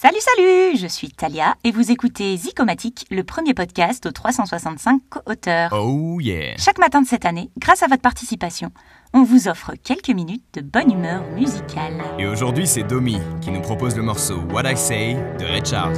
Salut, je suis Talia et vous écoutez Zicomatique, le premier podcast aux 365 co-auteurs. Oh yeah! Chaque matin de cette année, grâce à votre participation, on vous offre quelques minutes de bonne humeur musicale. Et aujourd'hui, c'est Domi qui nous propose le morceau What I Say de Ray Charles.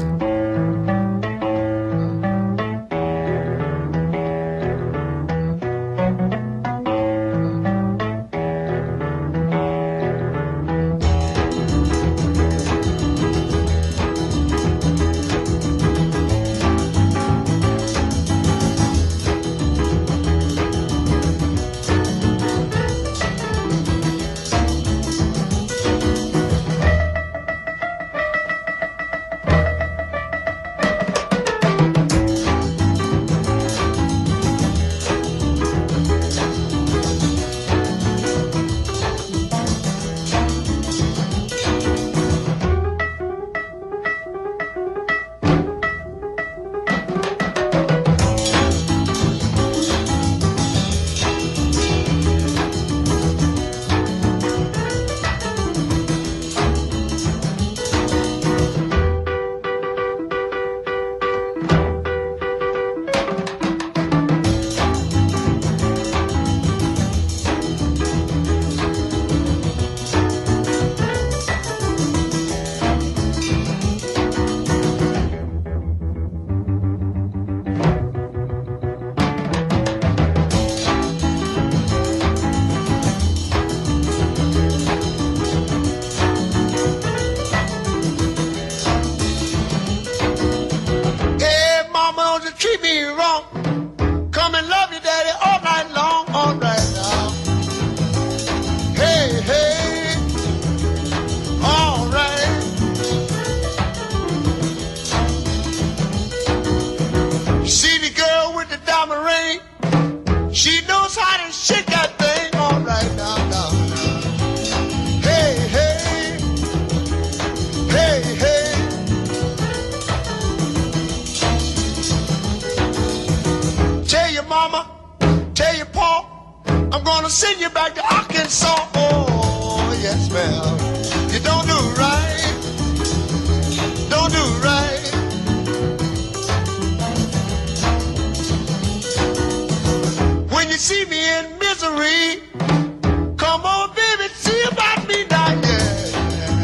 Treat me wrong. Come and love you, daddy, all night long, all right now. Hey, hey, all right. See the girl with the diamond ring? She knows how to shake that thing, all right now, now. Hey, hey, hey, hey. Tell your mama, tell your pa, I'm gonna send you back to Arkansas. Oh, yes, ma'am. You don't do right, don't do right. When you see me in misery, come on, baby, see about me now, yeah.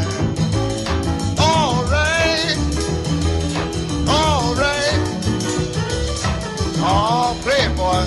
All right, all right. Oh, play it, boy.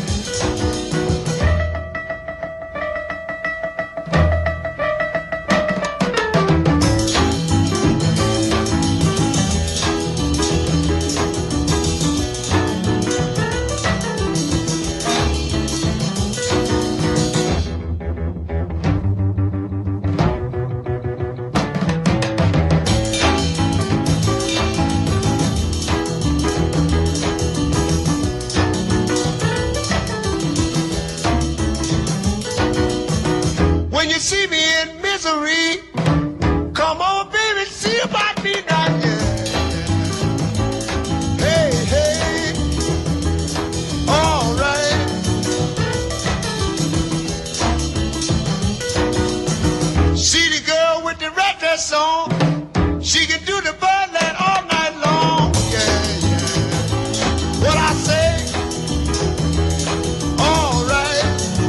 When you see me in misery, come on, baby, see about me now, yeah. Hey, hey, all right. See the girl with the red dress on, she can do the birdland all night long, yeah, yeah. What I say, all right.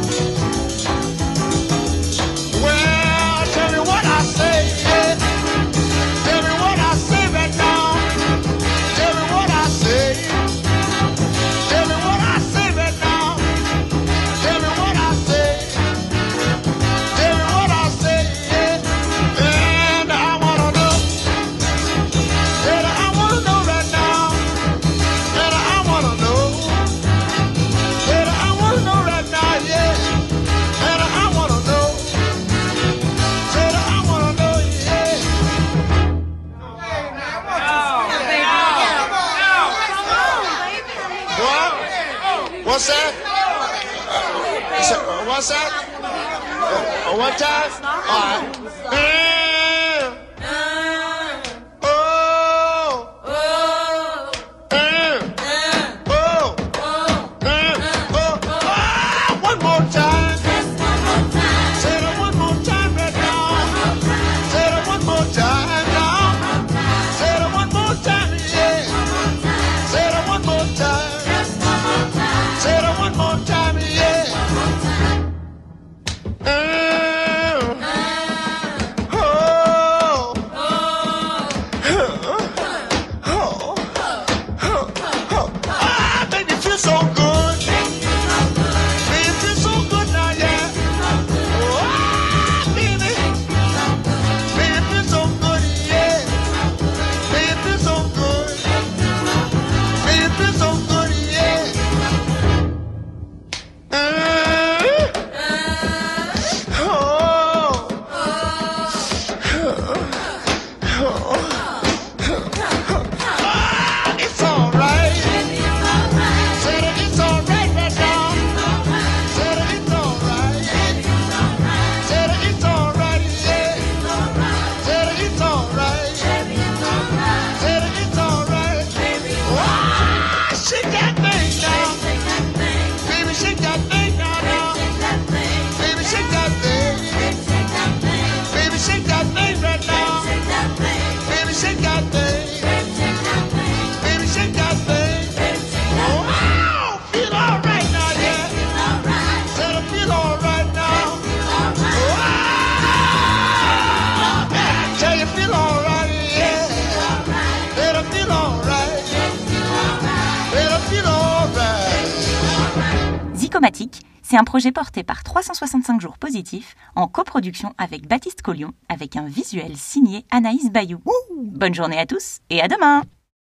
Well, tell me what I say, yeah. Tell me what I say right now. Tell me what I say. Tell me what I say right now. Tell me what I say. Tell me what I say, yeah. And I wanna know. And I wanna know right now. And I wanna know. And I wanna know right now, yeah. And I wanna know. Said I wanna know, yeah. What? What's that? What's that? One time? All right. Oh. Oh. One more time. Say that one more time right now. Say that one more time now. Zicomatique, c'est un projet porté par 365 jours positifs en coproduction avec Baptiste Collion avec un visuel signé Anaïs Bayou. Bonne journée à tous et à demain!